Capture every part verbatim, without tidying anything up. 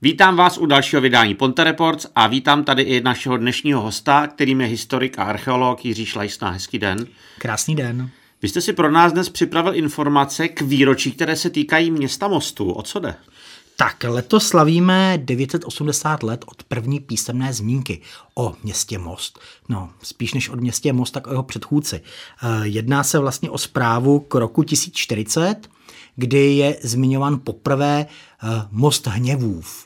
Vítám vás u dalšího vydání Ponte Reports a vítám tady i našeho dnešního hosta, kterým je historik a archeolog Jiří Šlajsna. Hezký den. Krásný den. Vy jste si pro nás dnes připravil informace k výročí, které se týkají města Mostu. O co jde? Tak letos slavíme devět set osmdesát let od první písemné zmínky o městě Most. No, spíš než od městě Most, tak o jeho předchůdci. Jedná se vlastně o zprávu k roku tisíc čtyřicet, kdy je zmiňován poprvé most Hněvův.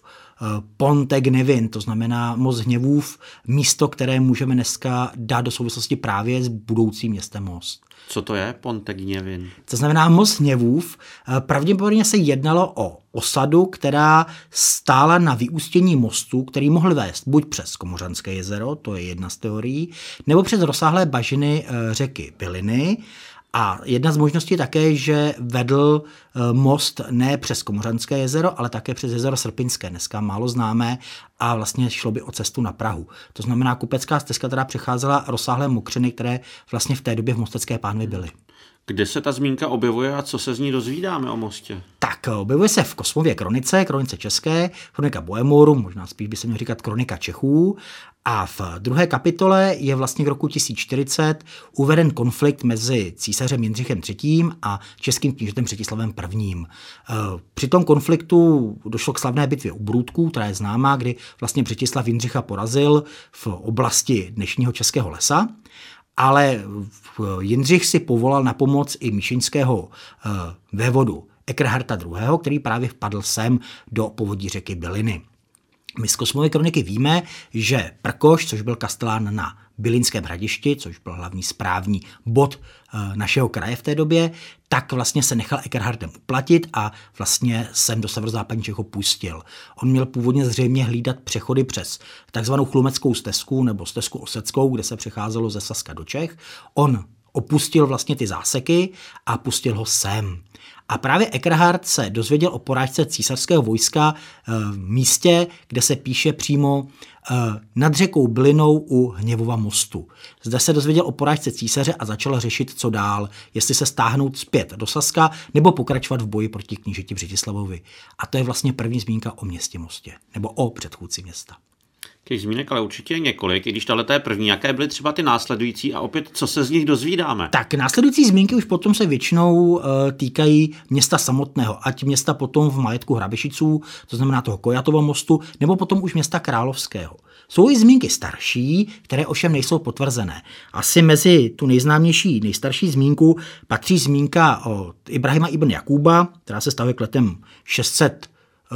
Ponte Gnevin, to znamená most Hněvův, místo, které můžeme dneska dát do souvislosti právě s budoucím městem Most. Co to je Ponte Gnevin? To znamená most Hněvův. Pravděpodobně se jednalo o osadu, která stála na vyústění mostu, který mohl vést buď přes Komořanské jezero, to je jedna z teorií, nebo přes rozsáhlé bažiny řeky Byliny. A jedna z možností je také, že vedl most ne přes Komořanské jezero, ale také přes jezero Srpinské, dneska málo známé, a vlastně šlo by o cestu na Prahu. To znamená kupecká stezka, která přecházela rozsáhlé mokřiny, které vlastně v té době v Mostecké pánvi byly. Kde se ta zmínka objevuje a co se z ní dozvídáme o mostě? Tak, objevuje se v Kosmově kronice, kronice české, kronika Bohemorum, možná spíš by se měl říkat kronika Čechů. A v druhé kapitole je vlastně k roku tisíc čtyřicet uveden konflikt mezi císařem Jindřichem třetím a českým knížetem Břetislavem prvním. Při tom konfliktu došlo k slavné bitvě u Brůdků, která je známá, kdy vlastně Břetislav Jindřicha porazil v oblasti dnešního Českého lesa. Ale Jindřich si povolal na pomoc i míšeňského vévodu Ekrharta druhého., který právě vpadl sem do povodí řeky Byliny. My z Kosmovy kroniky víme, že Prkoš, což byl kastelán na Bylynském hradišti, což byl hlavní správní bod našeho kraje v té době, tak vlastně se nechal Ekrhartem uplatit a vlastně sem do severozápadní Čech ho pustil. On měl původně zřejmě hlídat přechody přes takzvanou Chlumeckou stezku nebo stezku Oseckou, kde se přecházelo ze Saska do Čech. On opustil vlastně ty záseky a pustil ho sem. A právě Ekrhart se dozvěděl o porážce císařského vojska v místě, kde se píše přímo nad řekou Bylinou u Hněvova mostu. Zde se dozvěděl o porážce císaře a začal řešit, co dál, jestli se stáhnout zpět do Saska nebo pokračovat v boji proti knížeti Břetislavovi. A to je vlastně první zmínka o městě Mostě, nebo o předchůdci města. Těch zmínek ale určitě je několik, i když tahle je první. Jaké byly třeba ty následující a opět, co se z nich dozvídáme? Tak následující zmínky už potom se většinou uh, týkají města samotného, ať města potom v majetku Hrabešiců, to znamená toho Kojatova mostu, nebo potom už města Královského. Jsou i zmínky starší, které ovšem nejsou potvrzené. Asi mezi tu nejznámější, nejstarší zmínku patří zmínka o Ibrahima ibn Jakúba, která se stavuje k letem šest set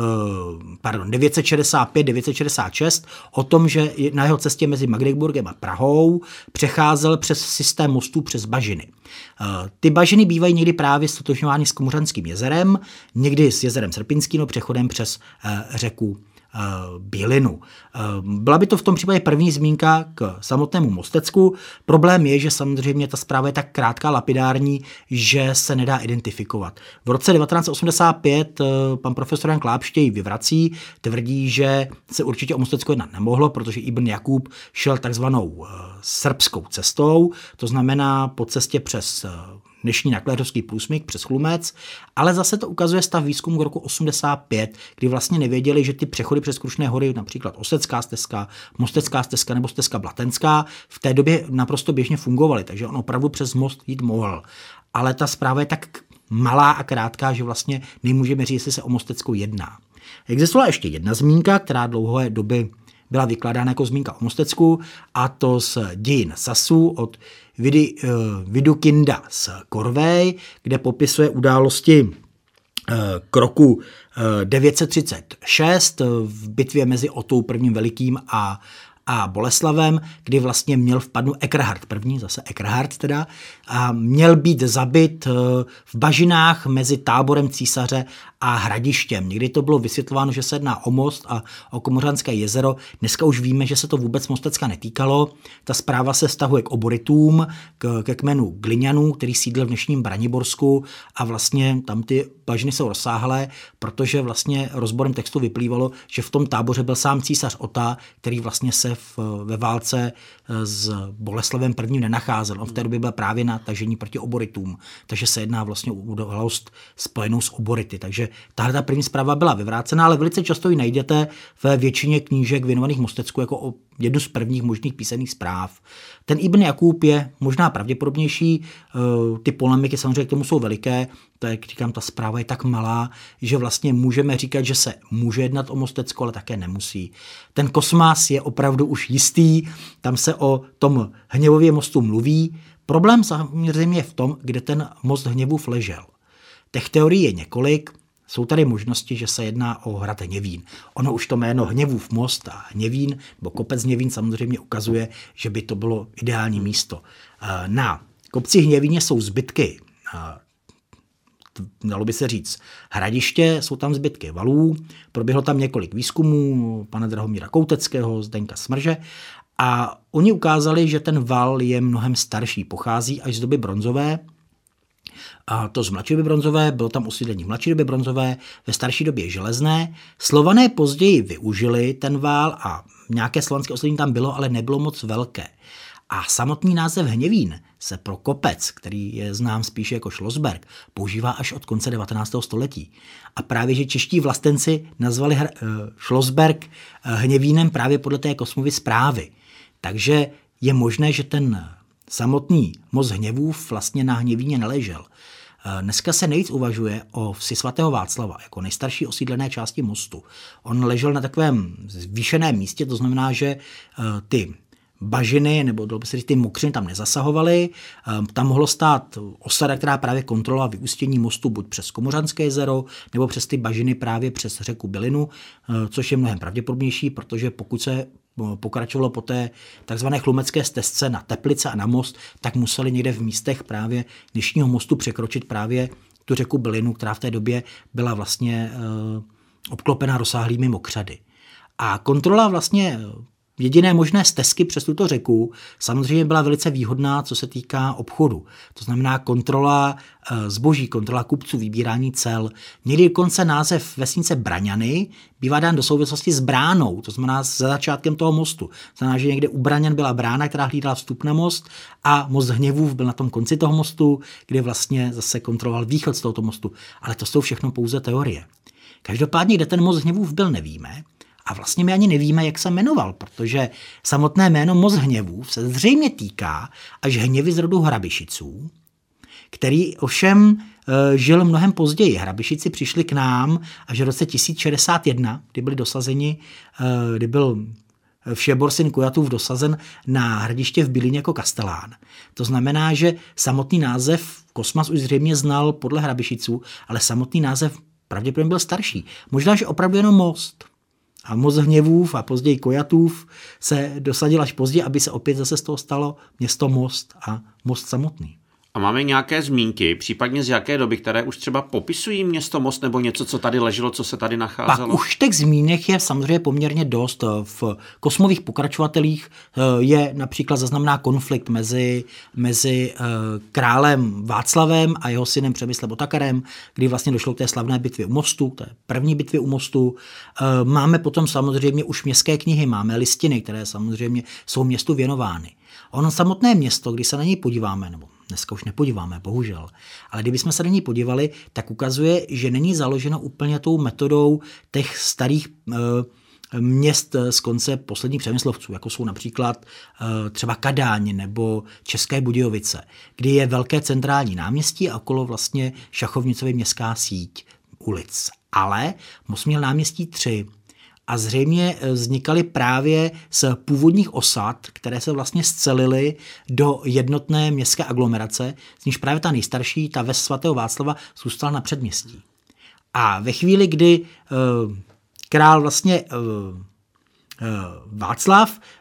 Pardon, devět set šedesát pět devět set šedesát šest, o tom, že na jeho cestě mezi Magdeburgem a Prahou přecházel přes systém mostů přes bažiny. Ty bažiny bývají někdy právě stotožňovány s Komořanským jezerem, někdy s jezerem Srpinským, přechodem přes řeku Bylinu. Byla by to v tom případě první zmínka k samotnému Mostecku. Problém je, že samozřejmě ta zpráva je tak krátká, lapidární, že se nedá identifikovat. V roce devatenáct set osmdesát pět pan profesor Jan Klápštěj vyvrací, tvrdí, že se určitě o Mostecku jednat nemohlo, protože Ibn Jakub šel takzvanou srbskou cestou, to znamená po cestě přes dnešní Nakléřovský průsmyk přes Chlumec, ale zase to ukazuje stav výzkumu k roku osmdesát pět, kdy vlastně nevěděli, že ty přechody přes Krušné hory, například Osecká stezka, Mostecká stezka nebo stezka Blatenská, v té době naprosto běžně fungovaly, takže on opravdu přes most jít mohl. Ale ta zpráva je tak malá a krátká, že vlastně nemůžeme říct, jestli se o Mosteckou jedná. Existovala ještě jedna zmínka, která dlouhé doby byla vykládána jako zmínka o Mostecku, a to z dějin Sasů od Vidy, uh, Vidukinda z Korvej, kde popisuje události uh, k roku uh, devět set třicet šest v bitvě mezi Otou prvním velikým a a Boleslavem, kdy vlastně měl vpadnout Ekrhart první, zase Ekrhart teda, a měl být zabit v bažinách mezi táborem císaře a hradištěm. Někdy to bylo vysvětlováno, že se jedná o most a o Komořanské jezero. Dneska už víme, že se to vůbec Mostecka netýkalo. Ta zpráva se vztahuje k oboritům, k, ke kmenu Glyňanů, který sídlil v dnešním Braniborsku, a vlastně tam ty bažiny jsou rozsáhlé, protože vlastně rozborem textu vyplývalo, že v tom táboře byl sám císař Ota, který vlastně se v, ve válce s Boleslavem prvním nenacházel. On v té době byl právě na tažení proti oboritům, takže se jedná vlastně o událost spojenou s obority. Takže tahle ta první zpráva byla vyvrácená, ale velice často ji najdete ve většině knížek věnovaných Mostecku jako o jednu z prvních možných písemných zpráv. Ten Ibn Jakub je možná pravděpodobnější, ty polemiky samozřejmě k tomu jsou veliké, to je, jak říkám, ta zpráva je tak malá, že vlastně můžeme říkat, že se může jednat o Mostecko, ale také nemusí. Ten kosmas je opravdu už jistý, tam se o tom Hněvově mostu mluví. Problém samozřejmě je v tom, kde ten most Hněvův ležel. Těch teorií je několik. Jsou tady možnosti, že se jedná o hrad Hněvín. Ono už to jméno Hněvův most a Hněvín, nebo kopec Hněvín samozřejmě ukazuje, že by to bylo ideální místo. Na kopci Hněvíně jsou zbytky, dalo by se říct, hradiště, jsou tam zbytky valů, proběhlo tam několik výzkumů pana Drahomíra Kouteckého, Zdeňka Smrže a oni ukázali, že ten val je mnohem starší, pochází až z doby bronzové. A to z mladší doby bronzové, bylo tam osídlení v mladší době bronzové, ve starší době železné. Slované později využili ten val a nějaké slovanské osídlení tam bylo, ale nebylo moc velké. A samotný název Hněvín se pro kopec, který je znám spíše jako Schlossberg, používá až od konce devatenáctého století. A právě, že čeští vlastenci nazvali uh, Schlossberg uh, Hněvínem právě podle té Kosmovy zprávy. Takže je možné, že ten samotný most Hněvův vlastně na Hněvíně neležel. Dneska se nejvíc uvažuje o vsi svatého Václava jako nejstarší osídlené části mostu. On ležel na takovém zvýšeném místě, to znamená, že ty bažiny nebo dalo by se říct, ty mokřiny tam nezasahovaly. Tam mohlo stát osada, která právě kontrolovala vyústění mostu buď přes Komořanské jezero nebo přes ty bažiny právě přes řeku Bylinu, což je mnohem pravděpodobnější, protože pokud se pokračovalo po té takzvané chlumecké stezce na Teplice a na most, tak museli někde v místech právě dnešního mostu překročit právě tu řeku Bylinu, která v té době byla vlastně obklopena rozsáhlými mokřady. A kontrola vlastně jediné možné stezky přes tuto řeku samozřejmě byla velice výhodná, co se týká obchodu. To znamená kontrola zboží, kontrola kupců, vybírání cel. Někdy dokonce název vesnice Braňany bývá dán do souvislosti s bránou, to znamená za začátkem toho mostu. To znamená, že někde u Braňan byla brána, která hlídala vstup na most a most Hněvův byl na tom konci toho mostu, kde vlastně zase kontroloval východ z tohoto mostu. Ale to jsou všechno pouze teorie. Každopádně, kde ten most Hněvův byl, nevíme. A vlastně my ani nevíme, jak se jmenoval, protože samotné jméno most Hněvův se zřejmě týká až Hněvy z rodu Hrabišiců, který ovšem e, žil mnohem později. Hrabišici přišli k nám až v roce tisíc šedesát jedna, kdy byli dosazeni, e, kdy byl Všebor syn Kujatův dosazen na hradiště v Bylíně jako kastelán. To znamená, že samotný název Kosmas už zřejmě znal podle Hrabišiců, ale samotný název pravděpodobně byl starší. Možná, že opravdu jenom most. A most Hněvův a později Kojatův se dosadil až později, aby se opět zase z toho stalo město Most a most samotný. A máme nějaké zmínky, případně z jaké doby, které už třeba popisují město Most nebo něco, co tady leželo, co se tady nacházelo? Pak už těch zmínek je samozřejmě poměrně dost. V kosmových pokračovatelích je například zaznamená konflikt mezi, mezi králem Václavem a jeho synem Přemyslem Otakarem, kdy vlastně došlo k té slavné bitvě u Mostu, té první bitvě u Mostu. Máme potom samozřejmě už městské knihy, máme listiny, které samozřejmě jsou městu věnovány. Ono samotné město, když se na něj podíváme, nebo dneska už nepodíváme, bohužel, ale kdybychom se na něj podívali, tak ukazuje, že není založeno úplně tou metodou těch starých e, měst z konce posledních Přemyslovců, jako jsou například e, třeba Kadaň nebo České Budějovice, kdy je velké centrální náměstí a okolo vlastně šachovnicově městská síť ulic. Ale Most měl náměstí tři. A zřejmě vznikaly právě z původních osad, které se vlastně scelily do jednotné městské aglomerace, z níž právě ta nejstarší, ta ves svatého Václava, zůstala na předměstí. A ve chvíli, kdy uh, král vlastně uh, Václav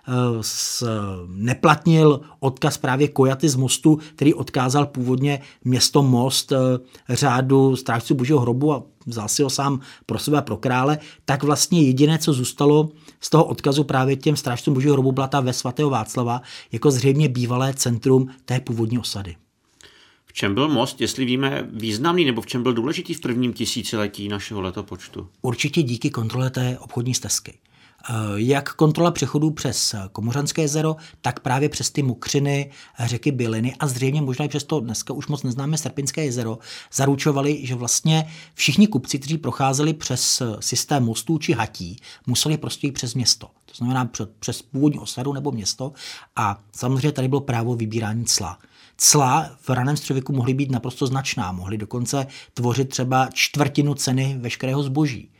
neplatnil odkaz právě Kojaty z Mostu, který odkázal původně město Most řádu strážců Božího hrobu a vzal si ho sám pro sebe a pro krále, tak vlastně jediné, co zůstalo z toho odkazu právě těm strážcům Božího hrobu, byla ta ves svatého Václava jako zřejmě bývalé centrum té původní osady. V čem byl Most, jestli víme, významný, nebo v čem byl důležitý v prvním tisíciletí našeho letopočtu? Určitě díky kontrole té obchodní stezky. Jak kontrola přechodů přes Komořanské jezero, tak právě přes ty mokřiny řeky Běliny a zřejmě možná i přes to dneska už moc neznáme Srpinské jezero zaručovali, že vlastně všichni kupci, kteří procházeli přes systém mostů či hatí, museli prostě jít přes město. To znamená přes původní osadu nebo město a samozřejmě tady bylo právo vybírání cla. Cla v raném středověku mohly být naprosto značná, mohly dokonce tvořit třeba čtvrtinu ceny veškerého zboží.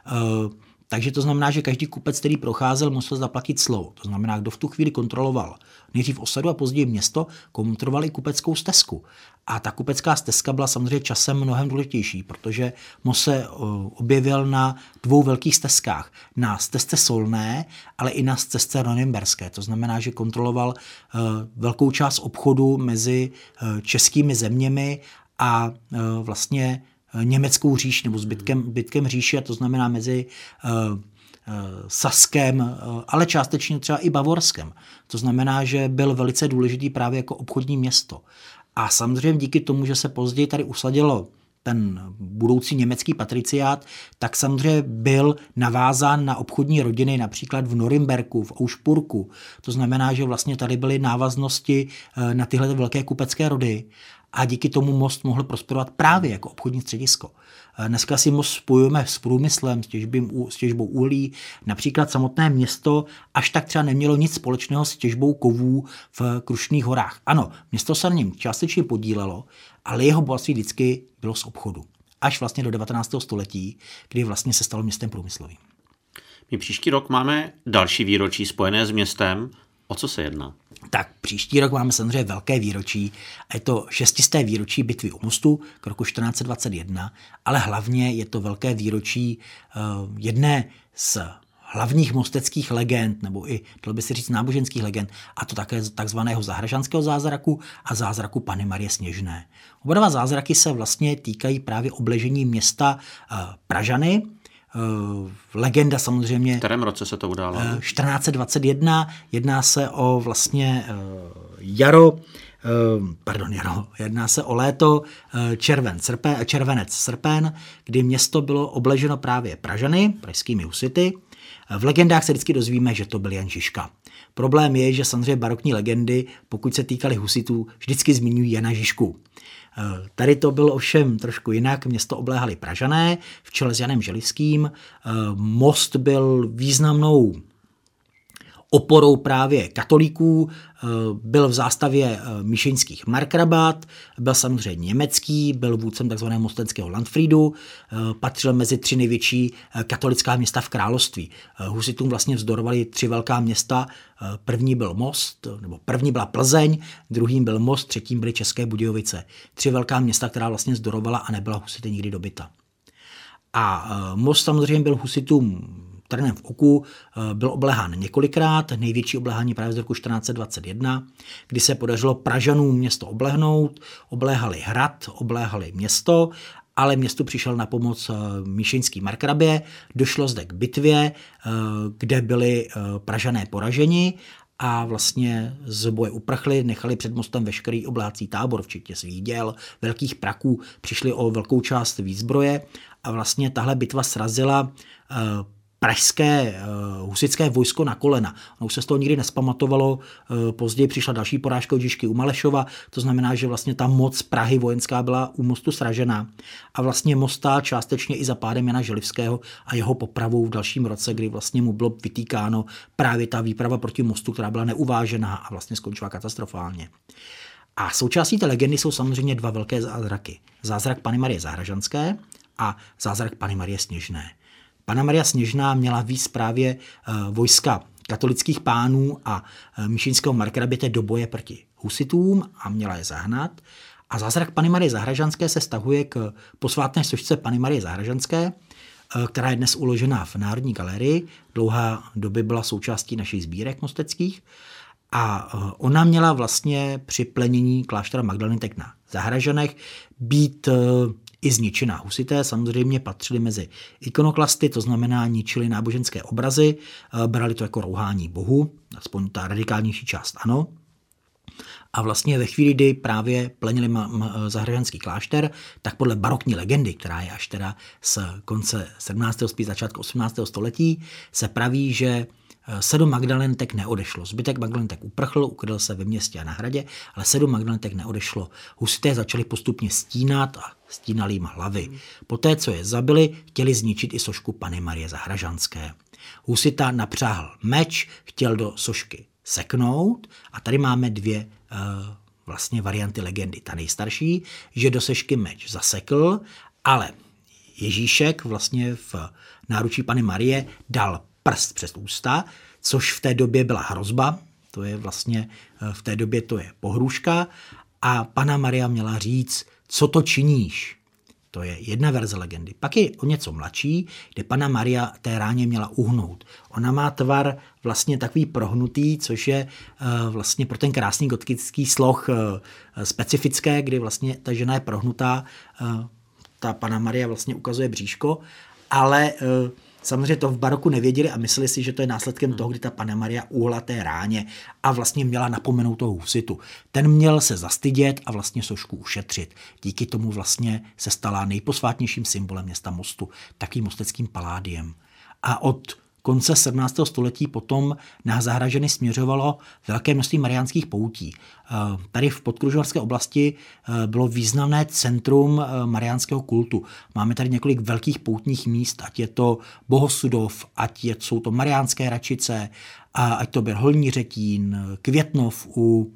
Takže to znamená, že každý kupec, který procházel, musel zaplatit clo. To znamená, kdo v tu chvíli kontroloval nejdřív osadu a později město, kontroloval i kupeckou stezku. A ta kupecká stezka byla samozřejmě časem mnohem důležitější, protože most se objevil na dvou velkých stezkách. Na stezce Solné, ale i na stezce Norimberské. To znamená, že kontroloval velkou část obchodu mezi českými zeměmi a vlastně německou říši nebo zbytkem, zbytkem říše, to znamená mezi uh, uh, Saskem, uh, ale částečně třeba i Bavorskem. To znamená, že byl velice důležitý právě jako obchodní město. A samozřejmě díky tomu, že se později tady usadilo ten budoucí německý patriciát, tak samozřejmě byl navázán na obchodní rodiny například v Norimberku, v Augsburgu. To znamená, že vlastně tady byly návaznosti uh, na tyhle velké kupecké rody. A díky tomu most mohl prosperovat právě jako obchodní středisko. Dneska si most spojujeme s průmyslem, s, těžbím, s těžbou uhlí. Například samotné město až tak třeba nemělo nic společného s těžbou kovů v Krušných horách. Ano, město se na něm částečně podílelo, ale jeho bohatství vždycky bylo z obchodu. Až vlastně do devatenáctého století, kdy vlastně se stalo městem průmyslovým. My příští rok máme další výročí spojené s městem. O co se jedná? Tak příští rok máme samozřejmě velké výročí. Je to šestisté výročí bitvy u Mostu k roku čtrnáct set dvacet jedna, ale hlavně je to velké výročí uh, jedné z hlavních mosteckých legend, nebo i, dalo by se říct, náboženských legend, a to také takzvaného zahražanského zázraku a zázraku Panny Marie Sněžné. Oba dva zázraky se vlastně týkají právě obležení města uh, Pražany. Uh, legenda samozřejmě. V kterém roce se to událo? Uh, čtrnáct set dvacet jedna, jedná se o vlastně uh, jaro, uh, pardon, jaro, jedná se o léto uh, červen, srpen, červenec, srpen, kdy město bylo obleženo právě Pražany, pražskými husity. V legendách se vždycky dozvíme, že to byl Jan Žižka. Problém je, že samozřejmě barokní legendy, pokud se týkaly husitů, vždycky zmiňují Jana Žižku. Tady to bylo ovšem trošku jinak, město obléhali Pražané v čele s Janem Želivským, most byl významnou oporou právě katolíků, byl v zástavě míšeňských markrabat, byl samozřejmě německý, byl vůdcem tzv. Mostenského Landfriedu, patřil mezi tři největší katolická města v království. Husitům vlastně vzdorovali tři velká města, první byl Most, nebo první byla Plzeň, druhým byl Most, třetím byly České Budějovice. Tři velká města, která vlastně vzdorovala a nebyla husity nikdy dobyta. A Most samozřejmě byl husitům trnem v oku, byl obléhán několikrát, největší obléhání právě z roku čtrnáct set dvacet jedna, kdy se podařilo Pražanům město oblehnout, obléhali hrad, obléhali město, ale městu přišel na pomoc míšeňský markrabě, došlo zde k bitvě, kde byli Pražané poraženi a vlastně z boje uprchli, nechali před mostem veškerý obléhací tábor, včetně svých děl, velkých praků, přišli o velkou část výzbroje a vlastně tahle bitva srazila pražské uh, husitské vojsko na kolena. Ono už se z toho nikdy nespamatovalo, uh, později přišla další porážka od Žižky u Malešova, to znamená, že vlastně ta moc Prahy vojenská byla u Mostu sražena a vlastně Most stál částečně i za pádem Jana Želivského a jeho popravou v dalším roce, kdy vlastně mu bylo vytýkáno právě ta výprava proti Mostu, která byla neuvážená a vlastně skončila katastrofálně. A součástí té legendy jsou samozřejmě dva velké zázraky. Zázrak Panny Marie Zahražanské a zázrak Panny Marie Sněžné. Panna Maria Sněžná měla víc právě uh, vojska katolických pánů a uh, míšeňského markraběte do boje proti husitům a měla je zahnat. A zázrak Panny Marie Zahražanské se stahuje k posvátné sošce Panny Marie Zahražanské, uh, která je dnes uložená v Národní galerii. Dlouhá doby byla součástí našich sbírek mosteckých. A uh, ona měla vlastně při plenění kláštera Magdalenek na Zahražanech být uh, i zničená. Husité samozřejmě patřili mezi ikonoklasty, to znamená ničili náboženské obrazy, brali to jako rouhání bohu, aspoň ta radikálnější část ano. A vlastně ve chvíli, kdy právě plenili ma- ma- Zahražanský klášter, tak podle barokní legendy, která je až teda z konce sedmnáctého spíš začátku osmnáctého století, se praví, že sedm Magdalentek neodešlo. Zbytek Magdalentek uprchl, ukryl se ve městě a na hradě, ale sedm Magdalentek neodešlo. Husité začali postupně stínat a stínali jim hlavy. Poté, co je zabili, chtěli zničit i sošku Panny Marie Zahražanské. Husita napřáhl meč, chtěl do sošky seknout a tady máme dvě uh, vlastně varianty legendy. Ta nejstarší, že do sošky meč zasekl, ale Ježíšek vlastně v náručí Panny Marie dal prst přes ústa, což v té době byla hrozba, to je vlastně v té době to je pohrůžka a Panna Maria měla říct, co to činíš. To je jedna verze legendy. Pak je o něco mladší, kde Panna Maria té ráně měla uhnout. Ona má tvar vlastně takový prohnutý, což je uh, vlastně pro ten krásný gotický sloh uh, specifické, kdy vlastně ta žena je prohnutá, uh, ta Panna Maria vlastně ukazuje bříško, ale uh, samozřejmě to v baroku nevěděli a mysleli si, že to je následkem toho, kdy ta Panna Maria uhla té ráně a vlastně měla napomenout toho husitu. Ten měl se zastydět a vlastně sošku ušetřit. Díky tomu vlastně se stala nejposvátnějším symbolem města Mostu, takým mosteckým paládiem. A od konce sedmnáctého století potom na Zahražany směřovalo velké množství mariánských poutí. Tady v podkružovarské oblasti bylo významné centrum mariánského kultu. Máme tady několik velkých poutních míst, ať je to Bohosudov, ať je, jsou to Mariánské Račice, a ať to byl Holní Řetín, Květnov u,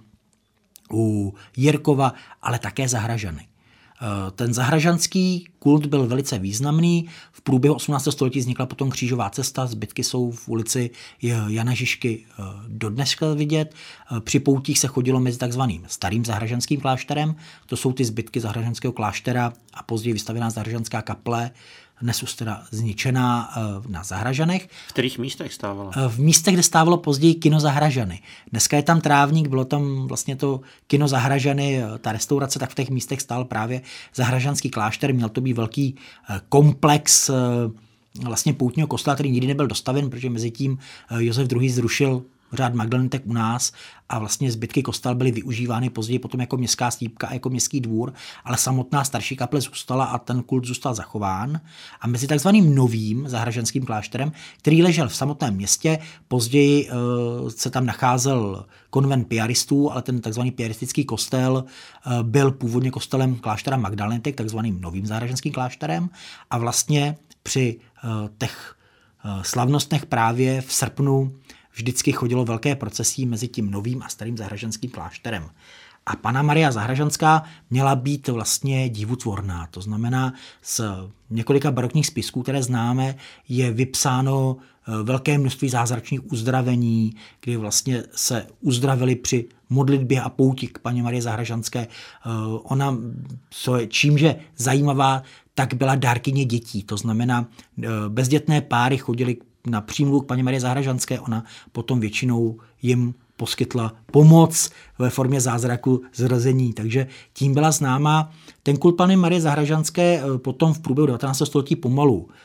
u Jirkova, ale také Zahražany. Ten zahražanský kult byl velice významný. V průběhu osmnáctého století vznikla potom křížová cesta, zbytky jsou v ulici Jana Žižky dodneska vidět. Při poutích se chodilo mezi takzvaným starým zahražanským klášterem, to jsou ty zbytky zahražanského kláštera a později vystavěná zahražanská kaple, dnes už teda zničená na Zahražanech. V kterých místech stávala? V místech, kde stávalo později kino Zahražany. Dneska je tam trávník, bylo tam vlastně to kino Zahražany, ta restaurace, tak v těch místech stál právě Zahražanský klášter. Měl to být velký komplex vlastně poutního kostela, který nikdy nebyl dostaven, protože mezi tím Josef druhý. Zrušil řád Magdalenek u nás a vlastně zbytky kostel byly využívány později potom jako městská stýpka a jako městský dvůr, ale samotná starší kaple zůstala a ten kult zůstal zachován. A mezi takzvaným novým zahražanským klášterem, který ležel v samotném městě, později uh, se tam nacházel konvent piaristů, ale ten takzvaný piaristický kostel uh, byl původně kostelem kláštera Magdalenek, takzvaným novým zahražanským klášterem a vlastně při uh, těch uh, slavnostech právě v srpnu vždycky chodilo velké procesí mezi tím novým a starým zahražanským klášterem. A Panna Maria Zahražanská měla být vlastně divotvorná. To znamená, z několika barokních spisků, které známe, je vypsáno velké množství zázračných uzdravení, kdy vlastně se uzdravili při modlitbě a pouti k Panně Marie Zahražanské. Ona, co je čímže zajímavá, tak byla dárkyně dětí. To znamená, bezdětné páry chodily na přímluv k Panně Marie Zahražanské, ona potom většinou jim poskytla pomoc ve formě zázraku zrození, takže tím byla známá. Ten kult Panny Marie Zahražanské potom v průběhu devatenáctého století pomalu uh,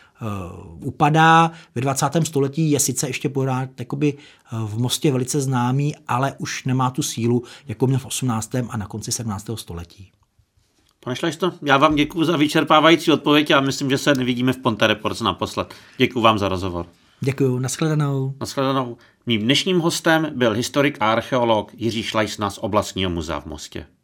upadá. Ve dvacátém století je sice ještě pořád jakoby v Mostě velice známý, ale už nemá tu sílu, jako měl v osmnáctém a na konci sedmnáctého století. Pane Šlejsto, já vám děkuji za vyčerpávající odpověď a myslím, že se nevidíme v Ponte Reports naposled. Děkuji vám za rozhovor. Děkuji, nashledanou. Nashledanou. Mým dnešním hostem byl historik a archeolog Jiří Šlajsna z Oblastního muzea v Mostě.